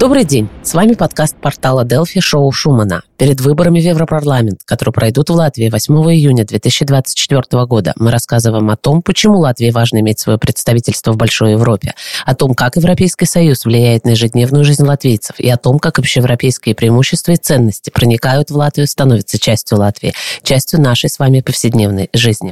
Добрый день! С вами подкаст портала Delphi «Шоу Шумана». Перед выборами в Европарламент, которые пройдут в Латвии 8 июня 2024 года, мы рассказываем о том, почему Латвии важно иметь свое представительство в большой Европе, о том, как Европейский Союз влияет на ежедневную жизнь латвийцев, и о том, как общеевропейские преимущества и ценности проникают в Латвию, становятся частью Латвии, частью нашей с вами повседневной жизни.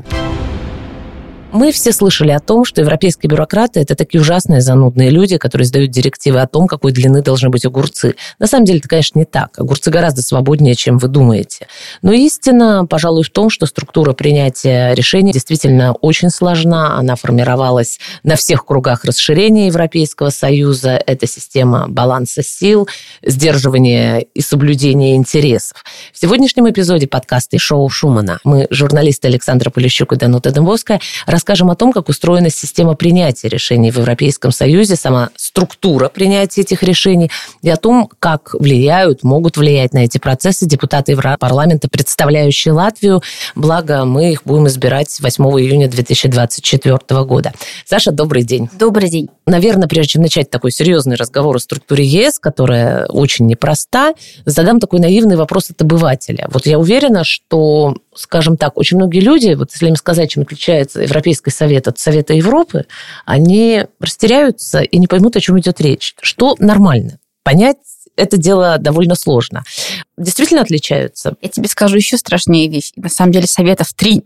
Мы все слышали о том, что европейские бюрократы – это такие ужасные занудные люди, которые издают директивы о том, какой длины должны быть огурцы. На самом деле это, конечно, не так. Огурцы гораздо свободнее, чем вы думаете. Но истина, пожалуй, в том, что структура принятия решений действительно очень сложна. Она формировалась на всех кругах расширения Европейского Союза. Это система баланса сил, сдерживания и соблюдения интересов. В сегодняшнем эпизоде подкаста «Шоу Шумана» мы, журналисты Александра Полищук и Данута Дембовская, расскажем о том, как устроена система принятия решений в Европейском Союзе, сама структура принятия этих решений, и о том, как могут влиять на эти процессы депутаты Европарламента, представляющие Латвию, благо мы их будем избирать 8 июня 2024 года. Саша, добрый день. Добрый день. Наверное, прежде чем начать такой серьезный разговор о структуре ЕС, которая очень непроста, задам такой наивный вопрос от обывателя. Вот я уверена, что, скажем так, очень многие люди, вот если им сказать, чем отличается Европейский Совет от Совета Европы, они растеряются и не поймут, о чем идет речь. Что нормально. Понять это дело довольно сложно. Действительно отличаются? Я тебе скажу еще страшнее вещь. На самом деле советов 3.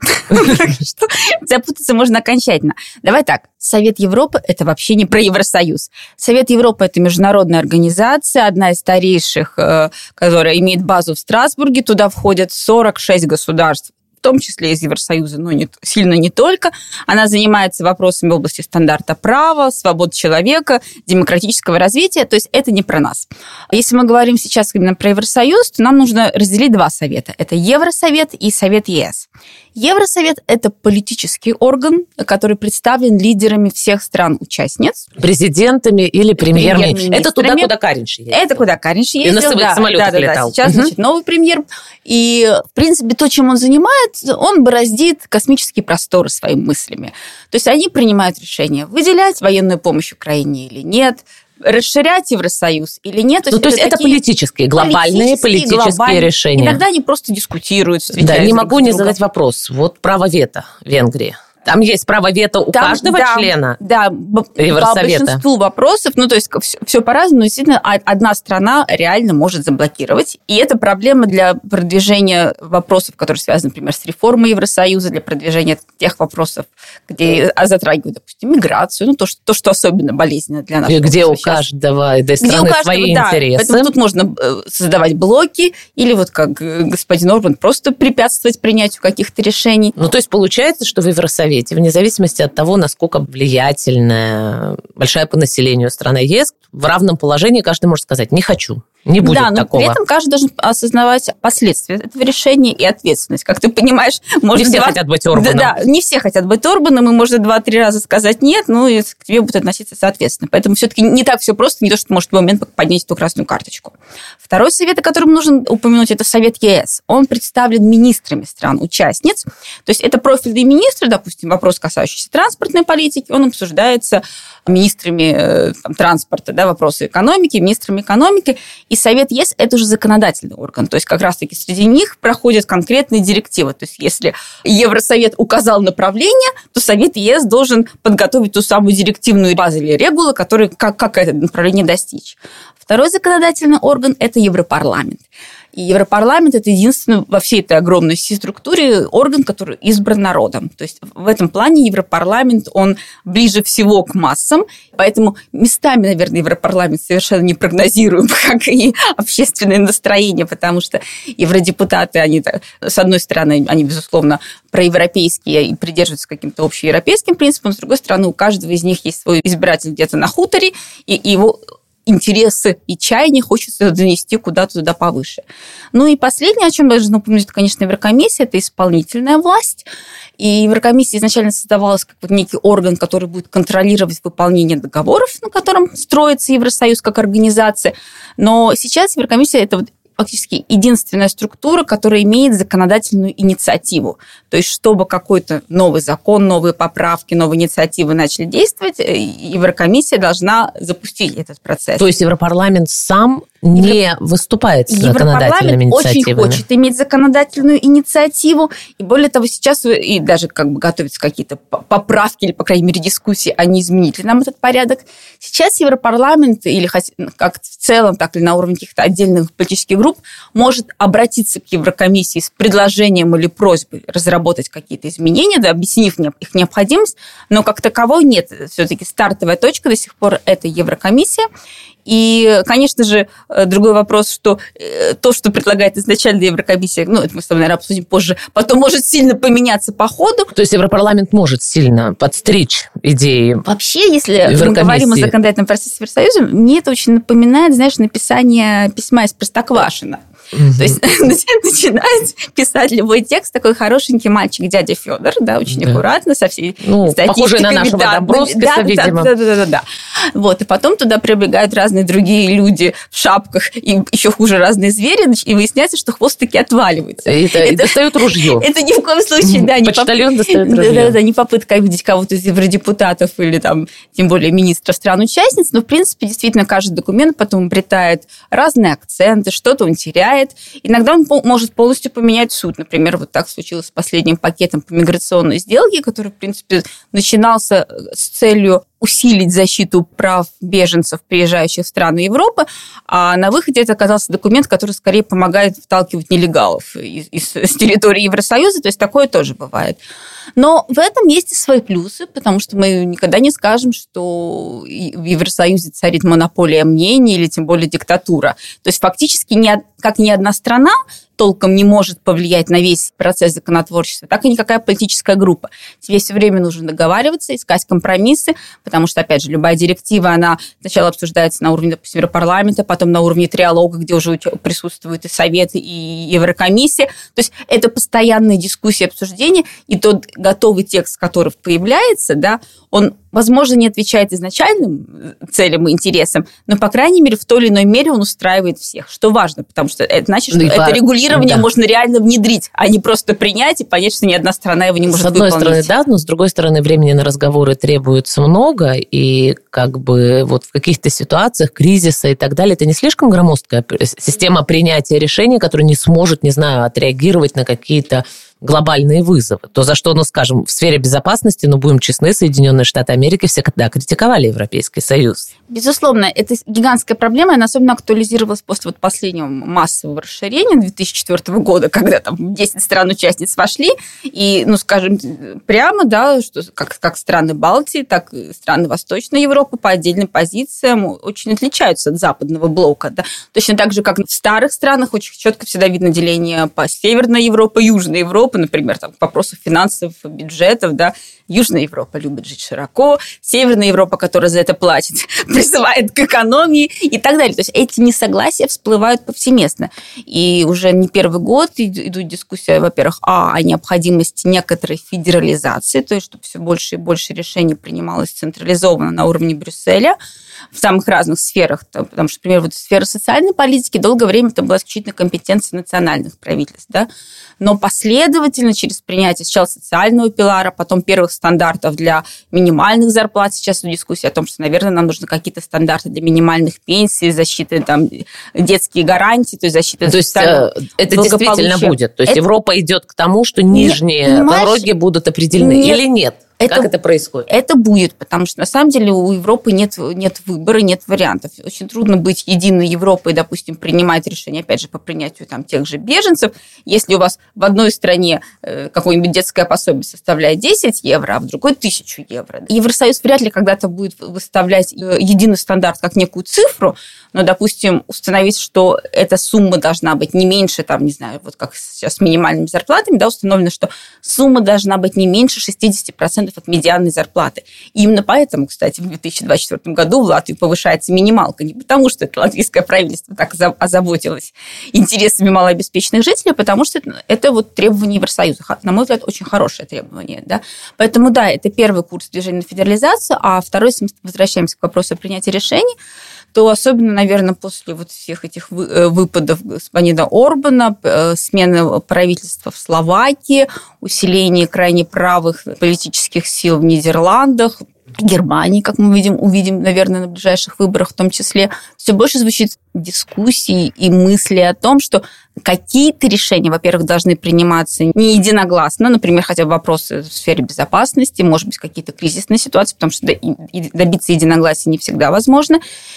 Запутаться можно окончательно. Давай так. Совет Европы – это вообще не про Евросоюз. Совет Европы – это международная организация, одна из старейших, которая имеет базу в Страсбурге. Туда входят 46 государств, в том числе из Евросоюза, но сильно не только. Она занимается вопросами в области стандарта права, свобод человека, демократического развития. То есть это не про нас. Если мы говорим сейчас именно про Евросоюз, то нам нужно разделить два совета. Это Евросовет и Совет ЕС. Евросовет – это политический орган, который представлен лидерами всех стран-участниц. Президентами или премьер-министрами. Это туда, куда Каринш ездил. Это куда Каринш ездил. И на самолетах летал. Сейчас, значит, новый премьер. И, в принципе, то, чем он занимается, он бороздит космические просторы своими мыслями. То есть они принимают решение, выделять военную помощь Украине или нет, расширять Евросоюз или нет. То есть это политические, глобальные политические решения. Иногда они просто дискутируют. Да, не могу не задать вопрос. Вот право вето в Венгрии. Там есть право вето у каждого члена Евросовета. По большинству вопросов, то есть все по-разному, но действительно одна страна реально может заблокировать. И это проблема для продвижения вопросов, которые связаны, например, с реформой Евросоюза, для продвижения тех вопросов, где затрагивают, допустим, миграцию, то, что особенно болезненно для нас. Где у каждого этой страны свои интересы. Поэтому тут можно создавать блоки или, вот как господин Орбан, просто препятствовать принятию каких-то решений. То есть получается, что в Евросовете, вне зависимости от того, насколько влиятельная, большая по населению страна ЕС, в равном положении каждый может сказать «не хочу». Не будет такого. Да, но при этом каждый должен осознавать последствия этого решения и ответственность. Как ты понимаешь, не все хотят быть Орбаном. Да, не все хотят быть Орбаном, и можно 2-3 раза сказать «нет», и к тебе будут относиться соответственно. Поэтому все-таки не так все просто, не то, что ты можешь в любой момент поднять эту красную карточку. Второй совет, о котором нужно упомянуть, это Совет ЕС. Он представлен министрами стран-участниц. То есть это профильные министры, допустим, вопрос, касающийся транспортной политики, он обсуждается министрами транспорта, вопросы экономики, министрами экономики. И Совет ЕС – это уже законодательный орган. То есть как раз-таки среди них проходят конкретные директивы. То есть если Евросовет указал направление, то Совет ЕС должен подготовить ту самую директивную базу или регулу, как это направление достичь. Второй законодательный орган – это Европарламент. И Европарламент – это единственный во всей этой огромной структуре орган, который избран народом. То есть в этом плане Европарламент, он ближе всего к массам, поэтому местами, наверное, Европарламент совершенно не прогнозируем, как и общественное настроение, потому что евродепутаты, они, с одной стороны, они, безусловно, проевропейские и придерживаются каким-то общеевропейским принципам, с другой стороны, у каждого из них есть свой избиратель где-то на хуторе, и его интересы и чаяния хочется донести куда-то туда повыше. И последнее, о чем я должна упомянуть, это, конечно, Еврокомиссия, это исполнительная власть. И Еврокомиссия изначально создавалась как некий орган, который будет контролировать выполнение договоров, на котором строится Евросоюз как организация. Но сейчас Еврокомиссия – это фактически единственная структура, которая имеет законодательную инициативу. То есть, чтобы какой-то новый закон, новые поправки, новые инициативы начали действовать, Еврокомиссия должна запустить этот процесс. То есть Европарламент сам не выступает с законодательными инициативами? Очень хочет иметь законодательную инициативу, и более того, сейчас и даже как бы готовятся какие-то поправки или, по крайней мере, дискуссии, а не изменить ли нам этот порядок. Сейчас Европарламент, или как в целом, так и на уровне каких-то отдельных политических групп, может обратиться к Еврокомиссии с предложением или просьбой разработать какие-то изменения, да, объяснив их необходимость, но как таковой нет. Все-таки стартовая точка до сих пор – это Еврокомиссия. И, конечно же, другой вопрос, что то, что предлагает изначально Еврокомиссия, это мы с тобой, наверное, обсудим позже, потом может сильно поменяться по ходу. То есть Европарламент может сильно подстричь идеи. Вообще, если мы говорим о законодательном процессе Евросоюза, мне это очень напоминает, знаешь, написание письма из Простоквашино. То есть начинает писать любой текст такой хорошенький мальчик, дядя Федор, да, очень аккуратно, со всей статистикой. Похожий на нашего Добровского, видимо. Да. Вот, и потом туда прибегают разные другие люди в шапках, и еще хуже разные звери, и выясняется, что хвост таки отваливается. И достают ружье. Это ни в коем случае, да, почтальон достает ружье. Да, не попытка обидеть кого-то из евродепутатов или там, тем более министров стран-участниц, но, в принципе, действительно, каждый документ потом обретает разные акценты, что-то он теряет. Иногда он может полностью поменять суть. Например, вот так случилось с последним пакетом по миграционной сделке, который, в принципе, начинался с целью усилить защиту прав беженцев, приезжающих в страны Европы, а на выходе это оказался документ, который скорее помогает вталкивать нелегалов с территории Евросоюза, то есть такое тоже бывает. Но в этом есть и свои плюсы, потому что мы никогда не скажем, что в Евросоюзе царит монополия мнений или тем более диктатура. То есть фактически как ни одна страна толком не может повлиять на весь процесс законотворчества, так и никакая политическая группа. Тебе все время нужно договариваться, искать компромиссы, потому что, опять же, любая директива, она сначала обсуждается на уровне, допустим, Европарламента, потом на уровне триалога, где уже присутствуют и Совет, и Еврокомиссия. То есть это постоянные дискуссии, обсуждения, и тот готовый текст, который появляется, да, он, возможно, не отвечает изначальным целям и интересам, но, по крайней мере, в той или иной мере он устраивает всех, что важно, потому что это значит, что это регулирование можно реально внедрить, а не просто принять и понять, что ни одна страна его не может выполнить. С одной стороны, да, но с другой стороны, времени на разговоры требуется много, и как бы вот в каких-то ситуациях кризиса и так далее, это не слишком громоздкая система принятия решений, которая не сможет, не знаю, отреагировать на какие-то глобальные вызовы. То, за что, скажем, в сфере безопасности, будем честны, Соединенные Штаты Америки всегда критиковали Европейский Союз. Безусловно, это гигантская проблема, она особенно актуализировалась после последнего массового расширения 2004 года, когда там 10 стран-участниц вошли, и, скажем, прямо, да, что как страны Балтии, так и страны Восточной Европы по отдельным позициям очень отличаются от западного блока. Да. Точно так же, как в старых странах, очень четко всегда видно деление по Северной Европе, Южной Европе, например, там, по вопросу финансов, бюджетов, да, Южная Европа любит жить широко, Северная Европа, которая за это платит, призывает к экономии и так далее. То есть эти несогласия всплывают повсеместно. И уже не первый год идут дискуссии, во-первых, о необходимости некоторой федерализации, то есть чтобы все больше и больше решений принималось централизованно на уровне Брюсселя в самых разных сферах, потому что, например, вот сфера социальной политики долгое время это была исключительно компетенция национальных правительств, да? Но последовательно через принятие сначала социального пилара, потом первых стандартов для минимальных зарплат, сейчас дискуссия о том, что, наверное, нам нужны какие-то стандарты для минимальных пенсий, защиты, там, детские гарантии, то есть защиты. То есть это действительно будет? То есть Европа идет к тому, что нижние дороги будут определены или нет? Как это происходит? Это будет, потому что, на самом деле, у Европы нет выбора, нет вариантов. Очень трудно быть единой Европой, допустим, принимать решения, опять же, по принятию тех же беженцев. Если у вас в одной стране какое-нибудь детское пособие составляет 10 евро, а в другой 1000 евро. Евросоюз вряд ли когда-то будет выставлять единый стандарт как некую цифру, но, допустим, установить, что эта сумма должна быть не меньше, не знаю, вот как сейчас с минимальными зарплатами, да, установлено, что сумма должна быть не меньше 60% от медианной зарплаты. И именно поэтому, кстати, в 2024 году в Латвии повышается минималка. Не потому, что это латвийское правительство так озаботилось интересами малообеспеченных жителей, а потому что это вот требование Евросоюза. На мой взгляд, очень хорошее требование. Да? Поэтому, да, это первый курс движения на федерализацию, а второй, если мы возвращаемся к вопросу принятия решений, то особенно, наверное, после вот всех этих выпадов господина Орбана, смены правительства в Словакии, усиление крайне правых политических сил в Нидерландах, Германии, как мы увидим, наверное, на ближайших выборах в том числе, все больше звучит дискуссии и мысли о том, что какие-то решения, во-первых, должны приниматься не единогласно, например, хотя бы вопросы в сфере безопасности, может быть, какие-то кризисные ситуации, потому что добиться единогласия не всегда возможно.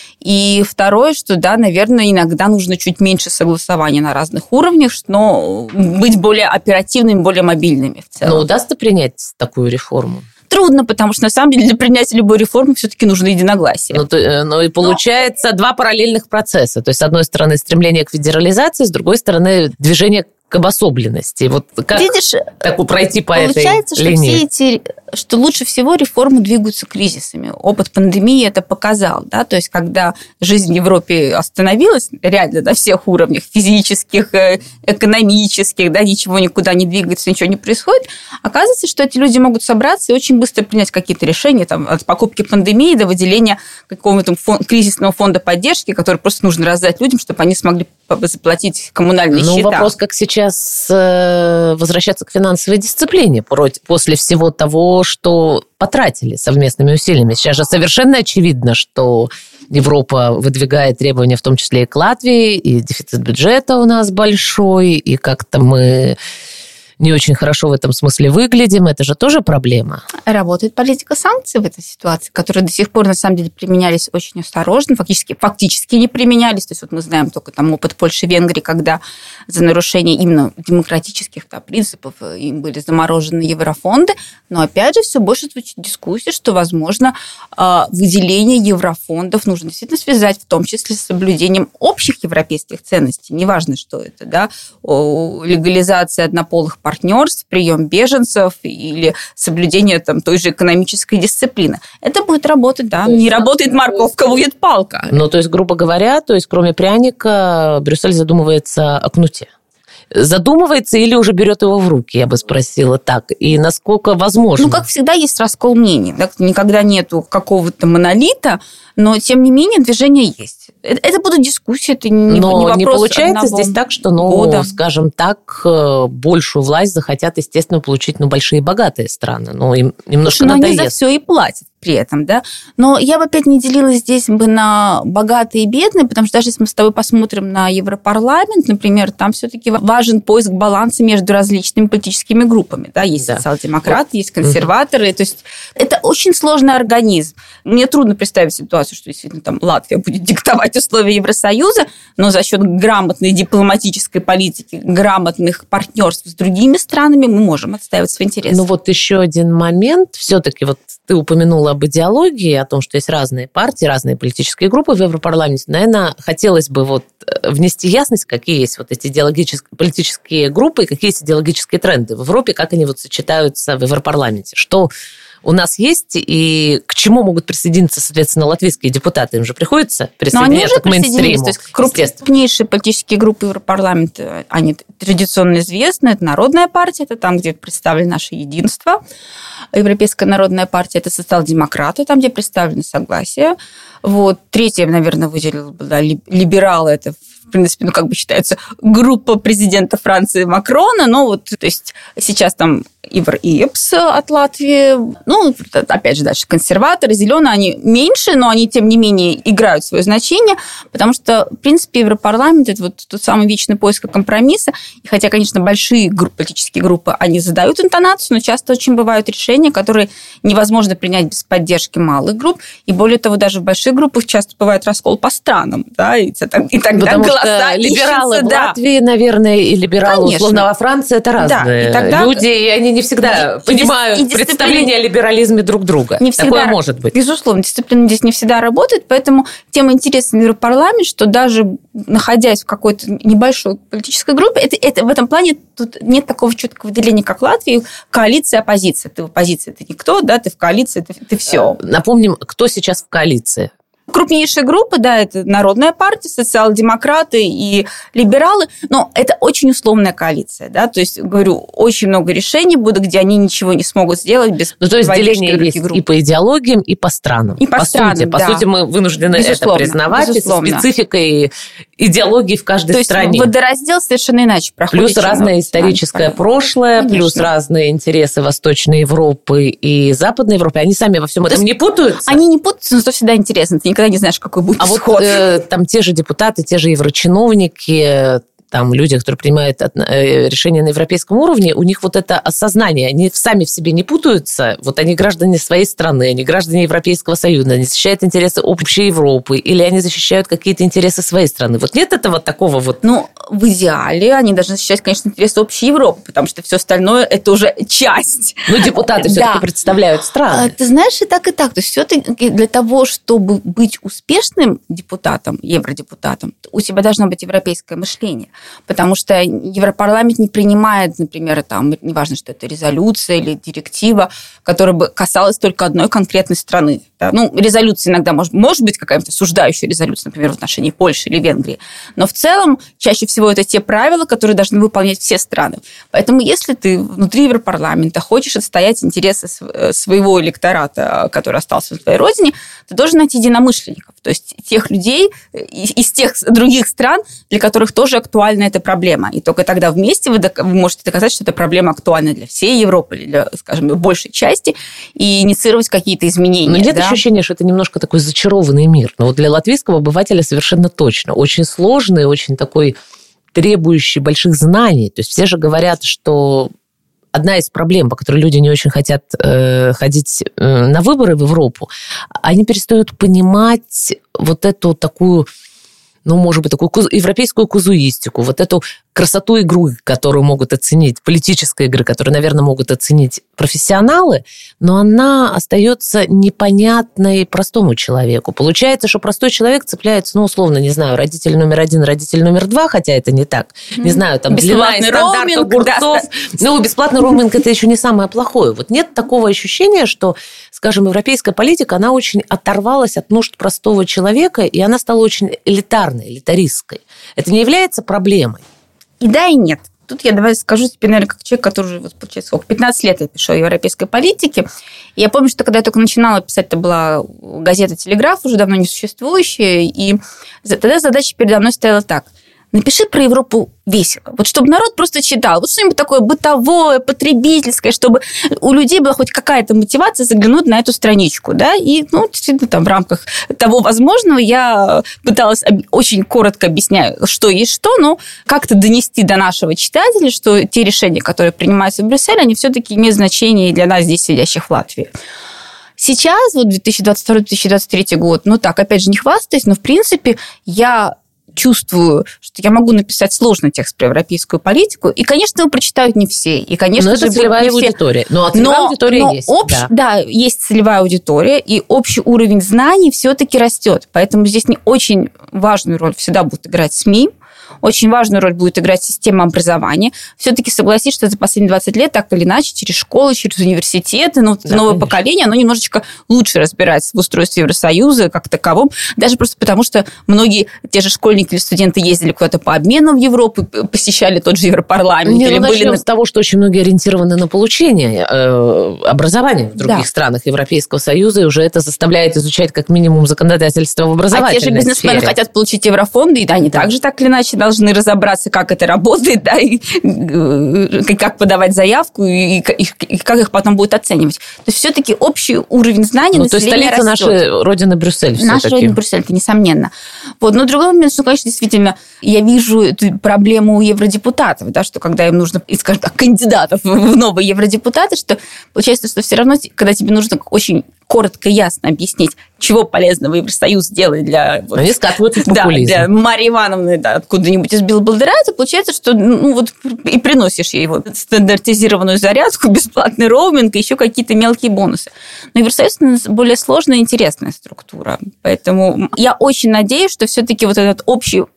И второе, что, да, наверное, иногда нужно чуть меньше согласования на разных уровнях, но быть более оперативными, более мобильными в целом. Но удастся принять такую реформу? Трудно, потому что, на самом деле, для принятия любой реформы все-таки нужно единогласие. Ну и получается два параллельных процесса. То есть, с одной стороны, стремление к федерализации, с другой стороны, движение к обособленности. Вот как пройти по этой линии? Получается, что лучше всего реформы двигаются кризисами. Опыт пандемии это показал. Да? То есть, когда жизнь в Европе остановилась, реально на всех уровнях, физических, экономических, да, ничего никуда не двигается, ничего не происходит, оказывается, что эти люди могут собраться и очень быстро принять какие-то решения, там, от покупки пандемии до выделения какого-то кризисного фонда поддержки, который просто нужно раздать людям, чтобы они смогли заплатить коммунальные счета. Вопрос, как сейчас возвращаться к финансовой дисциплине после всего того, что потратили совместными усилиями. Сейчас же совершенно очевидно, что Европа выдвигает требования, в том числе и к Латвии, и дефицит бюджета у нас большой, и как-то мы не очень хорошо в этом смысле выглядим. Это же тоже проблема. Работает политика санкций в этой ситуации, которые до сих пор, на самом деле, применялись очень осторожно, фактически не применялись. То есть вот мы знаем только там опыт Польши и Венгрии, когда за нарушение именно демократических принципов им были заморожены еврофонды. Но опять же все больше звучит дискуссия, что, возможно, выделение еврофондов нужно действительно связать в том числе с соблюдением общих европейских ценностей. Неважно, что это, да, легализация однополых партнерств, прием беженцев или соблюдение той же экономической дисциплины. Это будет работать, да. Не работает морковка, будет палка. То есть, грубо говоря, кроме пряника, Брюссель задумывается о кнуте. Задумывается или уже берет его в руки, я бы спросила так. И насколько возможно? Как всегда, есть раскол мнений. Да? Никогда нету какого-то монолита, но, тем не менее, движение есть. Это будут дискуссии, это не вопрос. Не получается здесь так, что, скажем так, большую власть захотят, естественно, получить большие богатые страны. Им немножко надоест. Они за все и платят при этом, да. Но я бы опять не делила здесь на богатые и бедные, потому что даже если мы с тобой посмотрим на Европарламент, например, там все-таки важен поиск баланса между различными политическими группами. Да? Есть социал-демократы, есть консерваторы. То есть это очень сложный организм. Мне трудно представить ситуацию, что действительно там Латвия будет диктовать условия Евросоюза, но за счет грамотной дипломатической политики, грамотных партнерств с другими странами мы можем отстаивать свои интересы. Еще один момент. Все-таки ты упомянула об идеологии, о том, что есть разные партии, разные политические группы в Европарламенте. Наверное, хотелось бы внести ясность, какие есть эти политические группы и какие есть идеологические тренды в Европе, как они сочетаются в Европарламенте. Что у нас есть и к чему могут присоединиться, соответственно, латвийские депутаты? Им же приходится присоединяться к мейнстриму. То есть крупнейшие политические группы Европарламента, они традиционно известны. Это Народная партия, это там, где представлено наше единство. Европейская народная партия – это социал-демократы, там, где представлено согласие. Третье, наверное, выделила либералы – это, в принципе, считается группа президента Франции Макрона. То есть сейчас там Ивар Иепс от Латвии. Опять же, дальше консерваторы, зеленые, они меньше, но они, тем не менее, играют свое значение, потому что, в принципе, Европарламент – это тот самый вечный поиск компромисса. И хотя, конечно, большие политические группы, они задают интонацию, но часто очень бывают решения, которые невозможно принять без поддержки малых групп. И более того, даже в больших группах часто бывает раскол по странам. Да? И тогда голоса либералы ищутся, в Латвии, наверное, и либералы, условно, во Франции – это разные люди, и они не всегда понимают представление о либерализме друг друга. Не всегда, такое может быть. Безусловно, дисциплина здесь не всегда работает, поэтому тема интересна в Европарламенте, что даже находясь в какой-то небольшой политической группе, это в этом плане тут нет такого четкого выделения, как в Латвии, коалиция, оппозиция. Ты в оппозиции, ты никто, да, ты в коалиции, ты все. Напомним, кто сейчас в коалиции. крупнейшие группы, да, это Народная партия, социал-демократы и либералы, но это очень условная коалиция, да, то есть, говорю, очень много решений будут, где они ничего не смогут сделать без то есть деление есть групп. И по идеологиям, и по странам. И по странам, по сути, мы вынуждены это признавать, безусловно. Со спецификой идеологии в каждой стране. То есть водораздел совершенно иначе проходит. Плюс разное историческое прошлое, конечно. Плюс разные интересы Восточной Европы и Западной Европы. Они сами во всем этом не путаются? Они не путаются, но это всегда интересно. Ты никогда не знаешь, какой будет исход. Вот там те же депутаты, те же еврочиновники, там люди, которые принимают решения на европейском уровне, у них вот это осознание, они сами в себе не путаются, вот они граждане своей страны, они граждане Европейского Союза, они защищают интересы общей Европы, или они защищают какие-то интересы своей страны. Вот нет этого такого вот... Ну, в идеале они должны защищать, конечно, интересы общей Европы, потому что все остальное – это уже часть. Ну, депутаты все-таки представляют страны. Ты знаешь, и так, и так. То есть все-таки для того, чтобы быть успешным депутатом, евродепутатом, у тебя должно быть европейское мышление. Потому что Европарламент не принимает, например, там, неважно, что это резолюция или директива, которая бы касалась только одной конкретной страны. Да? Ну, резолюция иногда может быть какая-то осуждающая резолюция, например, в отношении Польши или Венгрии. Но в целом, чаще всего это те правила, которые должны выполнять все страны. Поэтому если ты внутри Европарламента хочешь отстоять интересы своего электората, который остался на твоей родине, ты должен найти единомышленников. То есть тех людей из тех других стран, для которых тоже актуальна эта проблема. И только тогда вместе вы можете доказать, что эта проблема актуальна для всей Европы или для, скажем, большей части, и инициировать какие-то изменения. Но нет ощущения, что это немножко такой зачарованный мир. Но вот для латвийского обывателя совершенно точно. Очень сложный, очень такой требующий больших знаний. То есть все же говорят, что одна из проблем, по которой люди не очень хотят ходить на выборы в Европу, они перестают понимать вот эту такую, ну, может быть, такую европейскую казуистику, вот эту красоту игры, которую могут оценить, политической игры, которую, наверное, могут оценить профессионалы, но она остается непонятной простому человеку. Получается, что простой человек цепляется, ну, условно, не знаю, родитель номер 1, родитель номер 2, хотя это не так. Не знаю, там длина и стандарт огурцов. Ну, бесплатный роуминг – это еще не самое плохое. Вот нет такого ощущения, что, скажем, европейская политика, она очень оторвалась от нужд простого человека, и она стала очень элитарной, элитаристской. Это не является проблемой? И да, и нет. Тут я давай скажу тебе, наверное, как человек, который, вот, получается, сколько, 15 лет я пишу о европейской политике. И я помню, что когда я только начинала писать, это была газета «Телеграф», уже давно не существующая, и тогда задача передо мной стояла так. Напиши про Европу весело. Вот чтобы народ просто читал. Вот что-нибудь такое бытовое, потребительское, чтобы у людей была хоть какая-то мотивация заглянуть на эту страничку. Да? И, ну, действительно, там в рамках того возможного я пыталась очень коротко объяснять, что есть что, но как-то донести до нашего читателя, что те решения, которые принимаются в Брюсселе, они все-таки имеют значение и для нас здесь, сидящих в Латвии. Сейчас, вот 2022-2023 год, ну так, опять же, не хвастаюсь, но, в принципе, я чувствую, что я могу написать сложный текст про европейскую политику, и, конечно, его прочитают не все. И, конечно, но это целевая аудитория. Но целевая аудитория есть. Да, есть целевая аудитория, и общий уровень знаний все-таки растет. Поэтому здесь не очень важную роль всегда будут играть СМИ, очень важную роль будет играть система образования. Все-таки согласись, что за последние 20 лет так или иначе через школы, через университеты, новое конечно. Поколение, оно немножечко лучше разбирается в устройстве Евросоюза как таковом, даже просто потому, что многие те же школьники или студенты ездили куда-то по обмену в Европу, посещали тот же Европарламент. Начнем с того, что очень многие ориентированы на получение образования в других странах Европейского Союза, и уже это заставляет изучать как минимум законодательство в образовательной сфере. А те же бизнесмены хотят получить еврофонды, и они также так или иначе должны разобраться, как это работает, да, и как подавать заявку, и как их потом будет оценивать. То есть все-таки общий уровень знаний населения растет. То есть столица наша родина Брюссель все-таки. Наша родина Брюссель, это несомненно. Вот. Но другой момент, что, конечно, действительно, я вижу эту проблему у евродепутатов, да, что когда им нужно, скажем так, кандидатов в новые евродепутаты, что получается, что все равно, когда тебе нужно очень коротко и ясно объяснить, чего полезного Евросоюз делает для... Вот, они скатываются в популизм. Да, для Марьи Ивановны, да, откуда-нибудь из Билбалдера, то получается, что вот и приносишь ей вот стандартизированную зарядку, бесплатный роуминг и еще какие-то мелкие бонусы. Но Евросоюз более сложная и интересная структура. Поэтому я очень надеюсь, что все-таки вот этот общий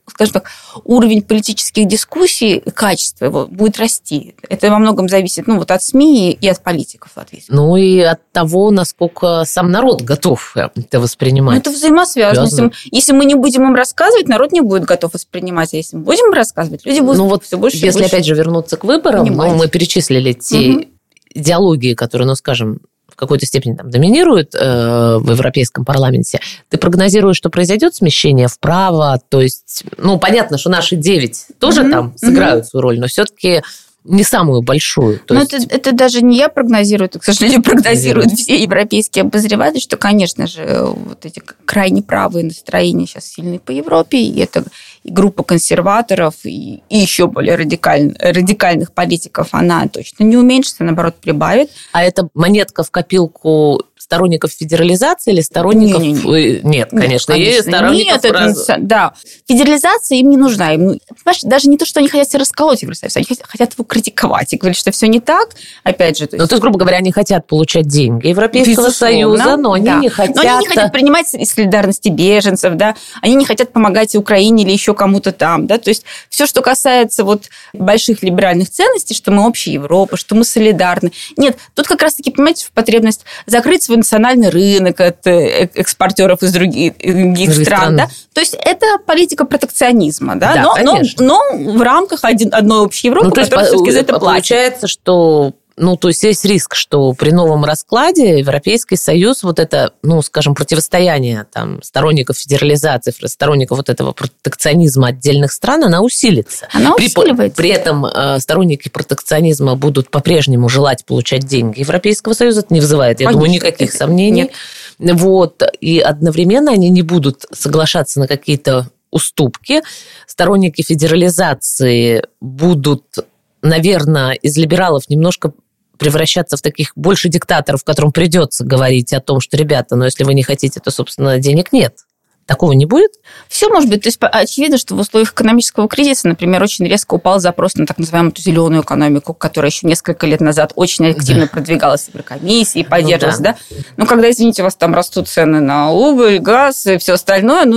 скажем так, уровень политических дискуссий, качество его будет расти. Это во многом зависит от СМИ и от политиков латвийских. И от того, насколько сам народ готов это воспринимать. Это взаимосвязано. Если мы не будем им рассказывать, народ не будет готов воспринимать. А если мы будем рассказывать, люди будут все больше и больше. Если, опять же, вернуться к выборам, мы перечислили те идеологии, которые, скажем, в какой-то степени доминируют в Европейском парламенте. Ты прогнозируешь, что произойдет смещение вправо? То есть, понятно, что наши 9 тоже там сыграют свою роль, но все-таки не самую большую. Это даже не я прогнозирую, это, к сожалению, прогнозируют все европейские обозреватели, что, конечно же, вот эти крайне правые настроения сейчас сильные по Европе, и это и группа консерваторов, и еще более радикальных политиков, она точно не уменьшится, наоборот, прибавит. А это монетка в копилку сторонников федерализации или сторонников... Нет, конечно. И сторонников... Да. Федерализация им не нужна. Понимаешь, даже не то, что они хотят себя расколоть, они хотят его критиковать и говорить, что все не так. Опять же... То есть, грубо говоря, они хотят получать деньги Европейского Союза, но они не хотят... Но они не хотят принимать солидарности беженцев, да. Они не хотят помогать Украине или еще кому-то там, да. То есть, все, что касается больших либеральных ценностей, что мы общая Европа, что мы солидарны. Нет, тут как раз-таки, понимаете, потребность закрыть свой национальный рынок от экспортеров из других стран. Да? То есть это политика протекционизма, да? Но в рамках одной общей Европы, которая все-таки за это платит. Получается, что... то есть есть риск, что при новом раскладе Европейский Союз это, скажем, противостояние сторонников федерализации, сторонников этого протекционизма отдельных стран, она усилится. Она усиливается. При этом сторонники протекционизма будут по-прежнему желать получать деньги Европейского Союза. Это не вызывает, я думаю, никаких сомнений. Нет. И одновременно они не будут соглашаться на какие-то уступки. Сторонники федерализации будут, наверное, из либералов немножко превращаться в таких больше диктаторов, которым придется говорить о том, что, ребята, если вы не хотите, то, собственно, денег нет. Такого не будет? Все может быть. То есть очевидно, что в условиях экономического кризиса, например, очень резко упал запрос на так называемую зеленую экономику, которая еще несколько лет назад очень активно продвигалась в Еврокомиссии, поддерживалась, да. Но когда, извините, у вас там растут цены на уголь, газ и все остальное,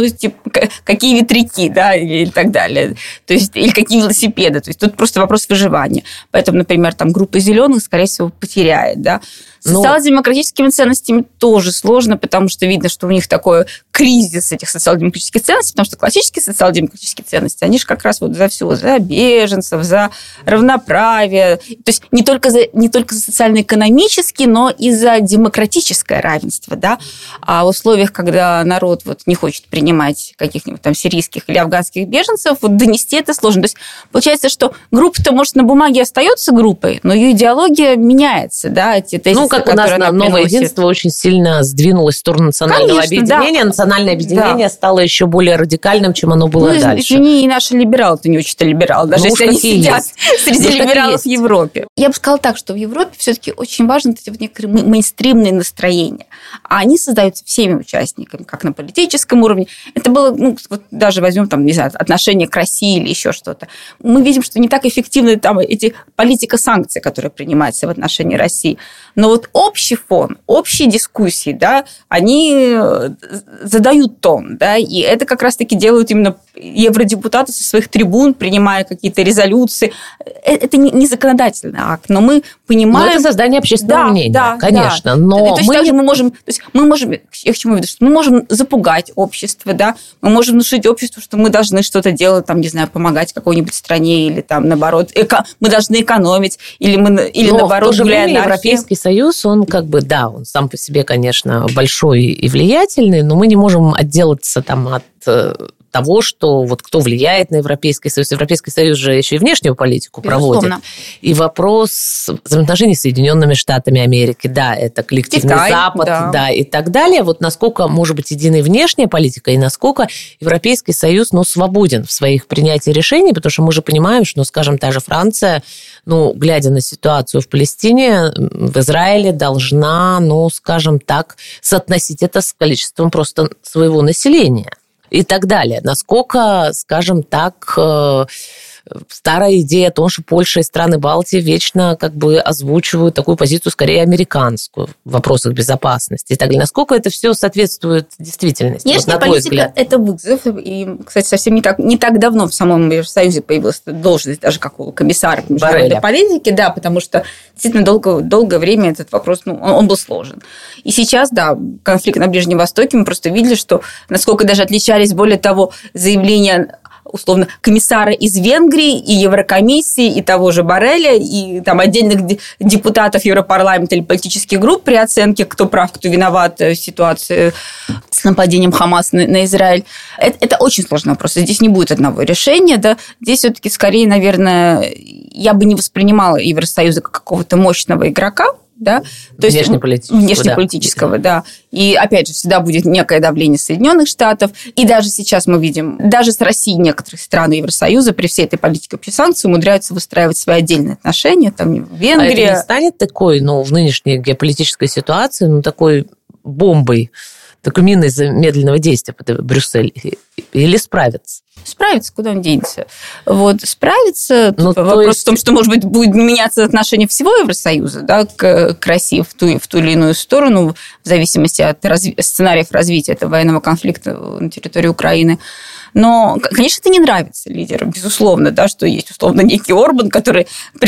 какие ветряки, да, и так далее. То есть, или какие велосипеды. То есть тут просто вопрос выживания. Поэтому, например, группа зеленых, скорее всего, потеряет, да. С социал-демократическими ценностями тоже сложно, потому что видно, что у них такой кризис этих социал-демократических ценностей, потому что классические социал-демократические ценности, они же как раз за все, за беженцев, за равноправие. То есть не только за социально-экономические, но и за демократическое равенство, да. А в условиях, когда народ не хочет принимать каких-нибудь сирийских или афганских беженцев, донести это сложно. То есть получается, что группа-то, может, на бумаге остается группой, но ее идеология меняется, да, эти тезисы, как у нас новое единство очень сильно сдвинулось в сторону национального объединения. Да. Национальное объединение стало еще более радикальным, чем оно было дальше. Извини, и наши либералы-то не очень-то либералы, даже если они сидят среди либералов в Европе. Я бы сказала так, что в Европе все-таки очень важны эти некоторые мейнстримные настроения. А они создаются всеми участниками, как на политическом уровне. Это было, даже возьмем отношение к России или еще что-то. Мы видим, что не так эффективны эти политика санкций, которая принимается в отношении России. Но общий фон, общие дискуссии, да, они задают тон, да, и это как раз-таки делают именно евродепутаты со своих трибун, принимая какие-то резолюции. Это не законодательный акт, но мы понимаем... Но это создание общественного мнения, конечно. Да. Но то есть также мы можем... Я к чему веду? Что мы можем запугать общество, да, мы можем внушить обществу, что мы должны что-то делать, помогать какой-нибудь стране, или наоборот, мы должны экономить, или наоборот, гуляя на Европейский Союз, он он сам по себе, конечно, большой и влиятельный, но мы не можем отделаться от того, что кто влияет на Европейский Союз. Европейский Союз же еще и внешнюю политику проводит. И вопрос взаимоотношений с Соединенными Штатами Америки, да, это коллективный Китай, Запад, да, и так далее. Насколько может быть единой внешняя политика, и насколько Европейский Союз, свободен в своих принятии решений, потому что мы же понимаем, что, скажем, та же Франция, глядя на ситуацию в Палестине, в Израиле, должна, скажем так, соотносить это с количеством просто своего населения. И так далее. Насколько, скажем так, старая идея о том, что Польша и страны Балтии вечно как бы озвучивают такую позицию скорее американскую в вопросах безопасности и так далее. Насколько это все соответствует действительности? Внешняя политика – это вызов. И, кстати, совсем не так давно в самом Евросоюзе появилась должность даже какого комиссара по международной политике, да, потому что действительно долгое время этот вопрос, он был сложен. И сейчас, да, конфликт на Ближнем Востоке, мы просто видели, что насколько даже отличались, более того, заявления условно, комиссара из Венгрии и Еврокомиссии, и того же Борреля, и там отдельных депутатов Европарламента или политических групп при оценке, кто прав, кто виноват в ситуации с нападением Хамас на Израиль. Это очень сложный вопрос. Здесь не будет одного решения. Да? Здесь все-таки скорее, наверное, я бы не воспринимала Евросоюза как какого-то мощного игрока, да? То есть внешнеполитического, да. И, опять же, всегда будет некое давление Соединенных Штатов. И даже сейчас мы видим, даже с Россией некоторых стран Евросоюза при всей этой политике общих санкций умудряются выстраивать свои отдельные отношения. Там Венгрия... А это не станет такой, в нынешней геополитической ситуации, такой бомбой, такой миной замедленного действия Брюссель? Или справится? Справится, куда он денется. Справится. Вопрос в том, что, может быть, будет меняться отношение всего Евросоюза, да, к России в ту или иную сторону, в зависимости от сценариев развития этого военного конфликта на территории Украины. Но, конечно, это не нравится лидерам, безусловно, да, что есть, условно, некий Орбан, который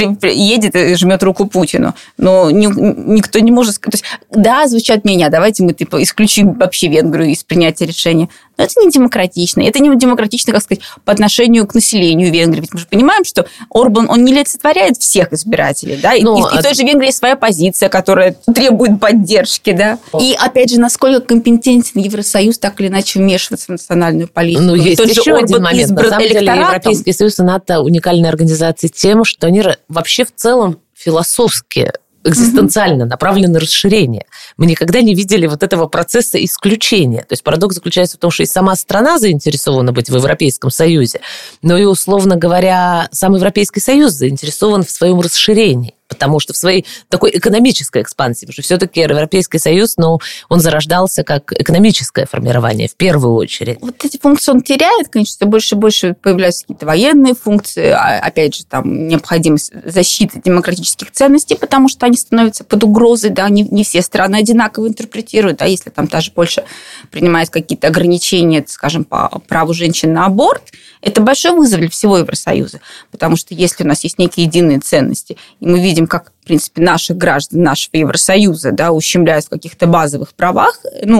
едет и жмет руку Путину. Но никто не может сказать... То есть, да, звучат мнения, давайте мы исключим вообще Венгрию из принятия решения. Но это не демократично. Это не демократично, как сказать, по отношению к населению Венгрии. Ведь мы же понимаем, что Орбан, он не олицетворяет всех избирателей. Да? И в той же Венгрии есть своя позиция, которая требует поддержки. Да? И, опять же, насколько компетентен Евросоюз так или иначе вмешиваться в национальную политику. Есть еще один момент. На самом деле, Европейский Союз и НАТО уникальные организации тем, что они вообще в целом философски, экзистенциально направлены на расширение. Мы никогда не видели вот этого процесса исключения. То есть парадокс заключается в том, что и сама страна заинтересована быть в Европейском Союзе, но и, условно говоря, сам Европейский Союз заинтересован в своем расширении. Потому что в своей такой экономической экспансии, потому что все-таки Европейский Союз, он зарождался как экономическое формирование в первую очередь. Вот эти функции он теряет, конечно, все больше и больше появляются какие-то военные функции, опять же, там необходимость защиты демократических ценностей, потому что они становятся под угрозой, да, не все страны одинаково интерпретируют, да, если там та же Польша принимает какие-то ограничения, скажем, по праву женщин на аборт, это большой вызов для всего Евросоюза, потому что если у нас есть некие единые ценности, и мы видим, как, в принципе, наших граждан, нашего Евросоюза, да, ущемляют в каких-то базовых правах,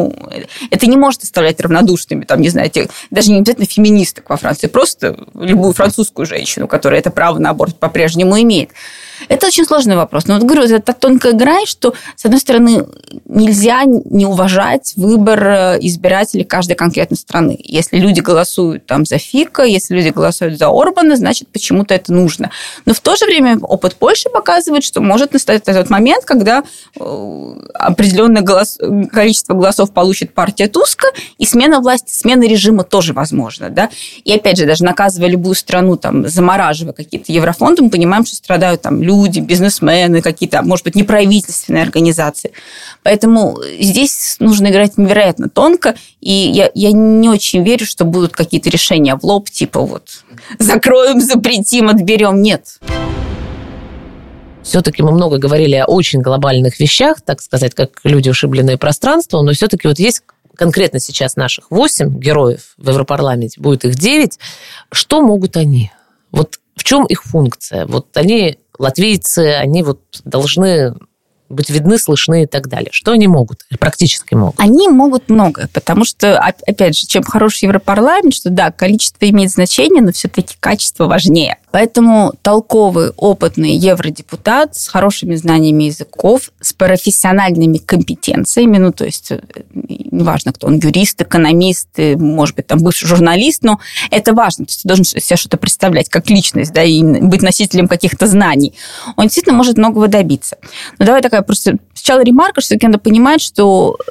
это не может оставлять равнодушными, там, не знаю, даже не обязательно феминисток во Франции, просто любую французскую женщину, которая это право на аборт по-прежнему имеет. Это очень сложный вопрос. Но говорю, это так тонкая грань, что, с одной стороны, нельзя не уважать выбор избирателей каждой конкретной страны. Если люди голосуют там за Фико, если люди голосуют за Орбана, значит, почему-то это нужно. Но в то же время опыт Польши показывает, что может настать этот момент, когда определенное количество голосов получит партия Туска, и смена власти, смена режима тоже возможна. Да? И опять же, даже наказывая любую страну, там, замораживая какие-то еврофонды, мы понимаем, что страдают там люди, бизнесмены, какие-то, может быть, неправительственные организации. Поэтому здесь нужно играть невероятно тонко, и я не очень верю, что будут какие-то решения в лоб, типа закроем, запретим, отберем. Нет. Все-таки мы много говорили о очень глобальных вещах, так сказать, как люди, ушибленные пространством, но все-таки есть конкретно сейчас наших 8 героев в Европарламенте, будет их 9. Что могут они? В чем их функция? Они латвийцы, они должны быть видны, слышны и так далее. Что они могут, практически могут? Они могут многое, потому что, опять же, чем хороший Европарламент, что да, количество имеет значение, но все-таки качество важнее. Поэтому толковый, опытный евродепутат с хорошими знаниями языков, с профессиональными компетенциями, то есть неважно, кто он, юрист, экономист, может быть, там бывший журналист, но это важно, то есть ты должен себя что-то представлять как личность, да, и быть носителем каких-то знаний. Он действительно может многого добиться. Но давай такая просто сначала ремарка, что надо понимать, что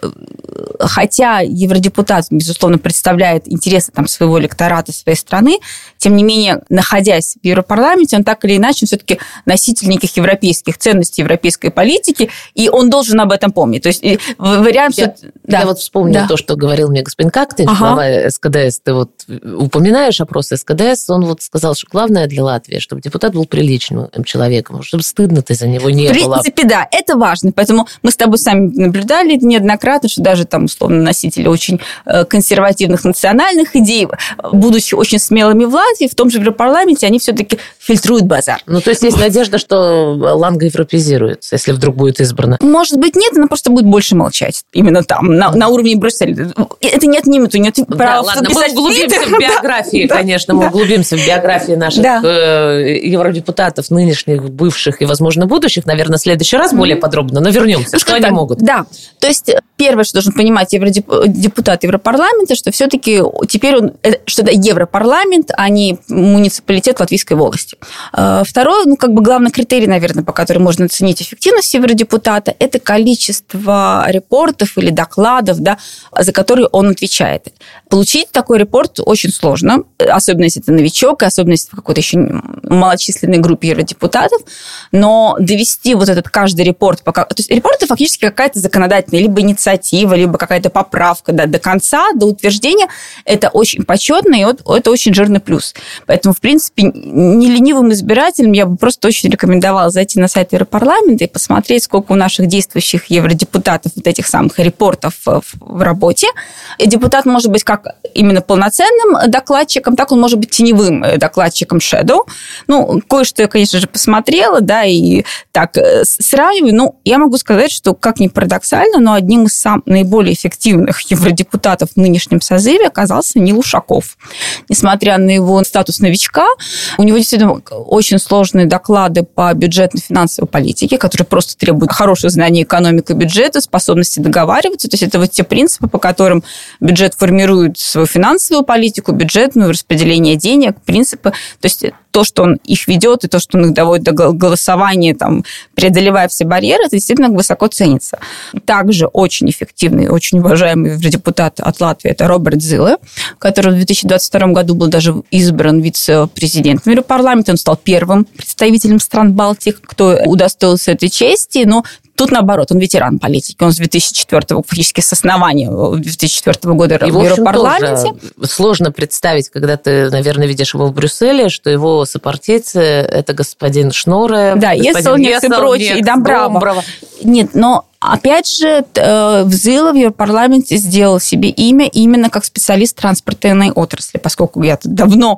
хотя евродепутат, безусловно, представляет интересы там, своего электората, своей страны, тем не менее, находясь в Европарламенте, он так или иначе все-таки носитель неких европейских ценностей, европейской политики, и он должен об этом помнить. То есть вариант... Я вот вспомнила то, что говорил мне господин Кактин, глава СКДС. Ты вот упоминаешь опрос СКДС, он вот сказал, что главное для Латвии, чтобы депутат был приличным человеком, чтобы стыдно-то за него не было. В принципе, да, это важно. Поэтому мы с тобой сами наблюдали неоднократно, что даже там, условно, носители очень консервативных национальных идей, будучи очень смелыми в Латвии, в том же Европарламенте, они все-таки фильтруют базар. Ну, то есть есть надежда, что Ланга европезируется, если вдруг будет избрана? Может быть, нет, она просто будет больше молчать. Именно там, на уровне Брюсселя. Это не отнимет у нее права. Ладно, мы углубимся в биографии, конечно, мы углубимся в биографии наших евродепутатов, нынешних, бывших и, возможно, будущих, наверное, в следующий раз более подробно, но вернемся, что они могут. Да, то есть первое, что должен понимать депутат Европарламента, что все-таки теперь что это Европарламент, а не муниципалитет Латвийской волости. Второе, главный критерий, наверное, по которому можно оценить эффективность евродепутата, это количество репортов или докладов, за которые он отвечает. Получить такой репорт очень сложно, особенно если ты новичок, особенно если в какой-то еще малочисленной группе евродепутатов, но довести вот этот каждый репорт, то есть репорт это фактически какая-то законодательная либо инициатива, либо какая-то поправка до конца, до утверждения, это очень почетно, и это очень жирный плюс. Поэтому, в принципе, не ленивым избирателям я бы просто очень рекомендовала зайти на сайт Европарламента и посмотреть, сколько у наших действующих евродепутатов вот этих самых репортов в работе. И депутат может быть как именно полноценным докладчиком, так он может быть теневым докладчиком shadow. Кое-что я, конечно же, посмотрела, и так сравниваю. Я могу сказать, что, как ни парадоксально, но одним из наиболее эффективных евродепутатов в нынешнем созыве оказался Нил Ушаков. Несмотря на его статус новичка, у него действительно очень сложные доклады по бюджетно-финансовой политике, которые просто требуют хорошего знания экономики и бюджета, способности договариваться. То есть это вот те принципы, по которым бюджет формирует свою финансовую политику, бюджетную, распределение денег, принципы. То есть то, что он их ведет, и то, что он их доводит до голосования, преодолевая все барьеры, это действительно высоко ценится. Также очень эффективный, очень уважаемый депутат от Латвии, это Роберт Зиле, который в 2022 году был даже избран вице-президентом Европарламента. Он стал первым представителем стран Балтии, кто удостоился этой чести, но тут, наоборот, он ветеран политики. Он с 2004, фактически с основания 2004 года в Европарламенте. Сложно представить, когда ты, наверное, видишь его в Брюсселе, что его сопартийцы – это господин Шноре, господин Есел и прочие, и Домбрава. Нет, но опять же, Зиле в Европарламенте сделал себе имя именно как специалист транспортной отрасли, поскольку я давно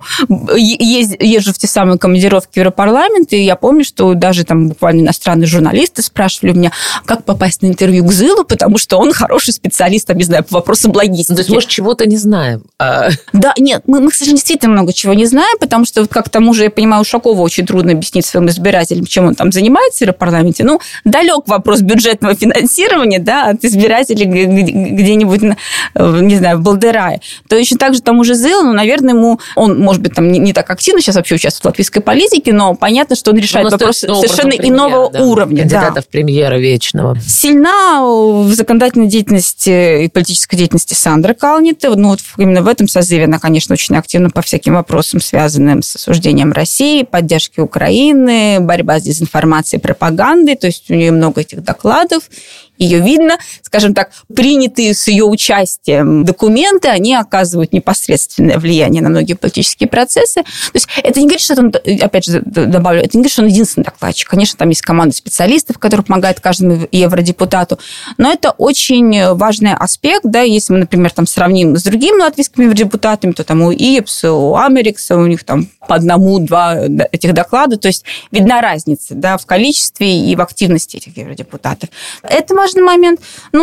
езжу в те самые командировки в Европарламент, и я помню, что даже буквально иностранные журналисты спрашивали у меня, как попасть на интервью к Зиле, потому что он хороший специалист, не знаю, по вопросам логистики. То есть, может, чего-то не знаем. Да, нет, мы, к сожалению, действительно много чего не знаем, потому что, как к тому же, я понимаю, Ушакову очень трудно объяснить своим избирателям, чем он занимается в Европарламенте. Далек вопрос бюджетного финансирования, от избирателей где-нибудь, не знаю, в Балдерае. То еще так же тому же Зиле, наверное, он, может быть, не так активно сейчас вообще участвует в латвийской политике, но понятно, что он решает вопросы совершенно иного уровня. Кандидата в премьера вечного. Сильна в законодательной деятельности и политической деятельности Сандра Калните. Именно в этом созыве она, конечно, очень активна по всяким вопросам, связанным с осуждением России, поддержки Украины, борьба с дезинформацией и пропагандой. То есть у нее много этих докладов. Ее видно, скажем так, принятые с ее участием документы, они оказывают непосредственное влияние на многие политические процессы. То есть это не говорит, что он, опять же, добавлю, это не говорит, что он единственный докладчик. Конечно, там есть команда специалистов, которые помогают каждому евродепутату, но это очень важный аспект, если мы, например, сравним с другими латвийскими евродепутатами, то у ИЕПС, у Америкса, у них по одному-два этих доклада, то есть видна разница в количестве и в активности этих евродепутатов. Это важный момент.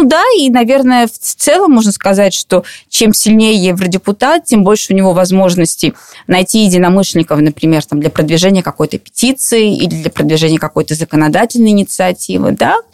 И, наверное, в целом можно сказать, что чем сильнее евродепутат, тем больше у него возможностей найти единомышленников, например, для продвижения какой-то петиции или для продвижения какой-то законодательной инициативы.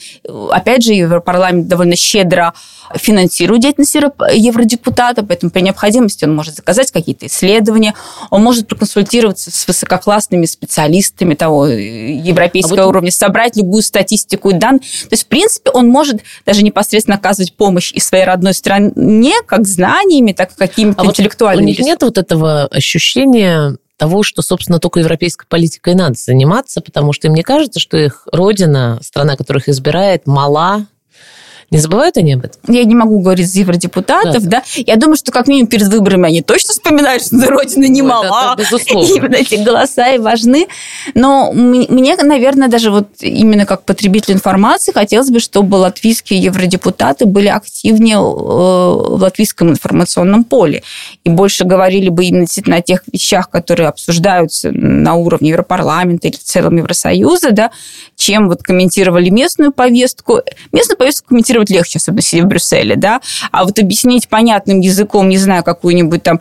Опять же, Европарламент довольно щедро финансирует деятельность евродепутата, поэтому при необходимости он может заказать какие-то исследования, он может проконсультироваться с высококлассными специалистами того европейского уровня, собрать любую статистику и данные. То есть, в принципе, он может даже непосредственно оказывать помощь и своей родной стране, как знаниями, так и какими-то интеллектуальными ресурсами. У них нет вот этого ощущения того, что, собственно, только европейской политикой надо заниматься, потому что им не кажется, что их родина, страна, которая их избирает, мала. Не забывают они об этом? Я не могу говорить за евродепутатов, да. Я думаю, что как минимум перед выборами они точно вспоминают, что родина не мала. Именно эти голоса и важны. Но мне, наверное, даже вот именно как потребитель информации хотелось бы, чтобы латвийские евродепутаты были активнее в латвийском информационном поле и больше говорили бы именно действительно о тех вещах, которые обсуждаются на уровне Европарламента или в целом Евросоюза, да, чем вот комментировали местную повестку. Местную повестку комментировать легче, особенно сидя в Брюсселе, да, а вот объяснить понятным языком, не знаю, какую-нибудь там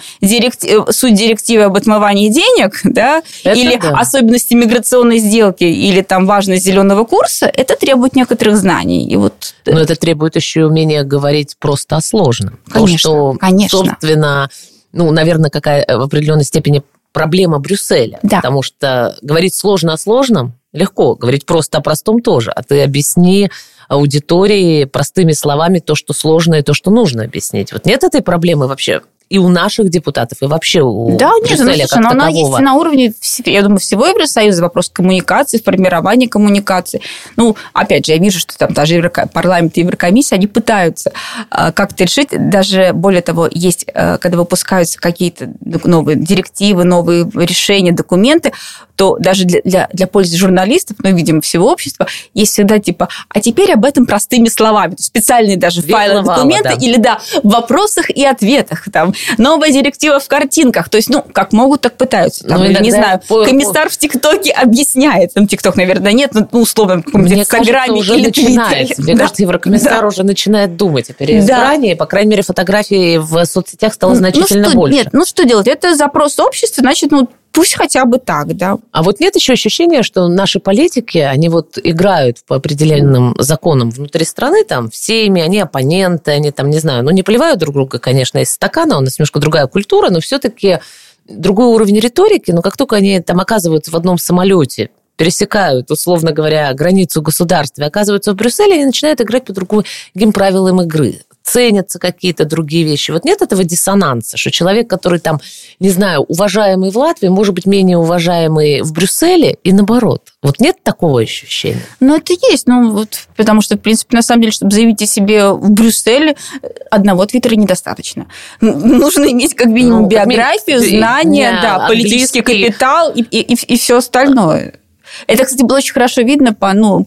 суть директивы об отмывании денег, да, или особенности миграционной сделки, или там важность зеленого курса, это требует некоторых знаний. И вот... Но это требует еще и умения говорить просто о сложном. Конечно, то, что, конечно. Собственно, наверное, какая в определенной степени проблема Брюсселя, да. Потому что говорить сложно о сложном легко, говорить просто о простом тоже, а ты объясни аудитории простыми словами то, что сложно, и то, что нужно объяснить. Вот нет этой проблемы вообще и у наших депутатов, и вообще у Брюсселя как такового? Она есть на уровне, я думаю, всего Евросоюза, вопрос коммуникации, формирования коммуникации. Опять же, я вижу, что там даже Европарламент и Еврокомиссия, они пытаются как-то решить. Даже, более того, есть, когда выпускаются какие-то новые директивы, новые решения, документы, то даже для пользы журналистов, видимо, всего общества, есть всегда а теперь об этом простыми словами. То есть специальные даже файлы, документы, или, в вопросах и ответах. Там, новая директива в картинках. То есть, как могут, так пытаются. Там, не знаю, комиссар в ТикТоке объясняет. ТикТок, наверное, нет, условно, в каком-то Инстаграме или Твиттере. Мне кажется, Еврокомиссар уже начинает думать о переизбрании. По крайней мере, фотографий в соцсетях стало значительно больше. Нет, что делать? Это запрос общества, значит, пусть хотя бы так, да. А вот нет еще ощущения, что наши политики, они играют по определенным законам внутри страны, там, в Сейме, они оппоненты, они там, не знаю, не поливают друг друга, конечно, из стакана, у нас немножко другая культура, но все-таки другой уровень риторики, но как только они там оказываются в одном самолете, пересекают, условно говоря, границу государства, оказываются в Брюсселе, они начинают играть по другим правилам игры. Ценятся какие-то другие вещи. Вот нет этого диссонанса, что человек, который там, не знаю, уважаемый в Латвии, может быть менее уважаемый в Брюсселе, и наоборот. Вот нет такого ощущения? Это есть. Потому что, в принципе, на самом деле, чтобы заявить о себе в Брюсселе, одного твиттера недостаточно. Нужно иметь как минимум биографию, знания, политический капитал и все остальное. Это, кстати, было очень хорошо видно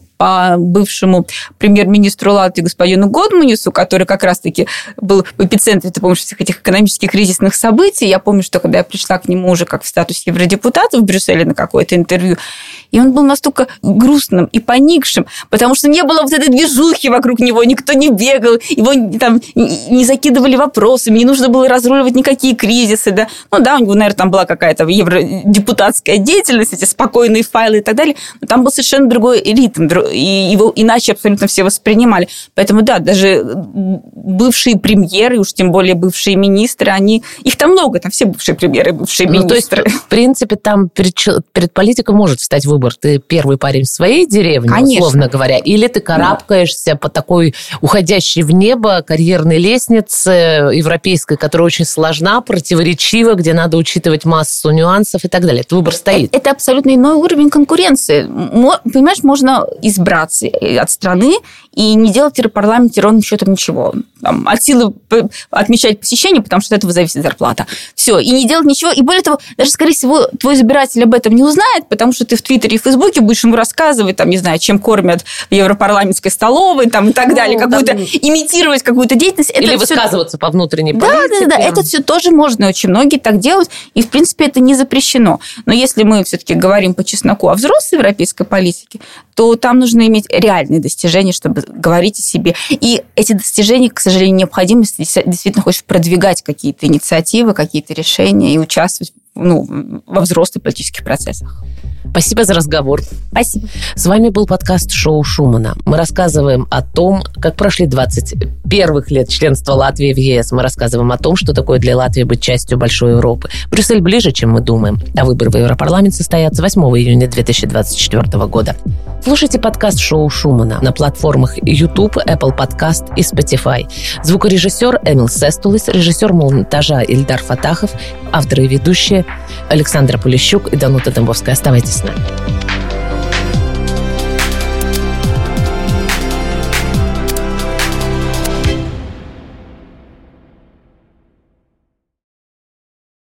по бывшему премьер-министру Латвии господину Годманису, который как раз-таки был в эпицентре, ты помнишь, всех этих экономических кризисных событий. Я помню, что когда я пришла к нему уже как в статусе евродепутата в Брюсселе на какое-то интервью, и он был настолько грустным и поникшим, потому что не было вот этой движухи вокруг него, никто не бегал, его там не закидывали вопросами, не нужно было разруливать никакие кризисы. Да. У него, наверное, там была какая-то евродепутатская деятельность, эти спокойные файлы и так далее, но там был совершенно другой ритм, и его иначе абсолютно все воспринимали. Поэтому, даже бывшие премьеры, уж тем более бывшие министры, их там много, там все бывшие премьеры, бывшие министры. То есть, в принципе, там перед политиком может встать выбор. Ты первый парень в своей деревне, конечно, условно говоря, или ты карабкаешься по такой уходящей в небо карьерной лестнице европейской, которая очень сложна, противоречива, где надо учитывать массу нюансов и так далее. Этот выбор стоит. Это абсолютно иной уровень конкуренции. Понимаешь, можно избраться от страны и не делать в Европарламенте ровным счетом ничего. От силы отмечать посещение, потому что от этого зависит зарплата. Все. И не делать ничего. И более того, даже, скорее всего, твой избиратель об этом не узнает, потому что ты в Твиттере и Фейсбуке будешь ему рассказывать, не знаю, чем кормят в европарламентской столовой, и так далее, имитировать какую-то деятельность. Или высказываться по внутренней политике. Да. Это все тоже можно. Очень многие так делают. И, в принципе, это не запрещено. Но если мы все-таки говорим по чесноку о взрослой европейской политике, то там нужно иметь реальные достижения, чтобы говорить о себе. И эти достижения, к сожалению, необходимы, если действительно хочешь продвигать какие-то инициативы, какие-то решения и участвовать во взрослых политических процессах. Спасибо за разговор. Спасибо. С вами был подкаст «Шоу Шумана». Мы рассказываем о том, как прошли 20 первых лет членства Латвии в ЕС. Мы рассказываем о том, что такое для Латвии быть частью большой Европы. Брюссель ближе, чем мы думаем. А выборы в Европарламент состоятся 8 июня 2024 года. Слушайте подкаст «Шоу Шумана» на платформах YouTube, Apple Podcast и Spotify. Звукорежиссер Эмил Сестулис, режиссер монтажа Ильдар Фатахов, авторы и ведущие Александра Полищук и Данута Домбовская. Оставайтесь с нами.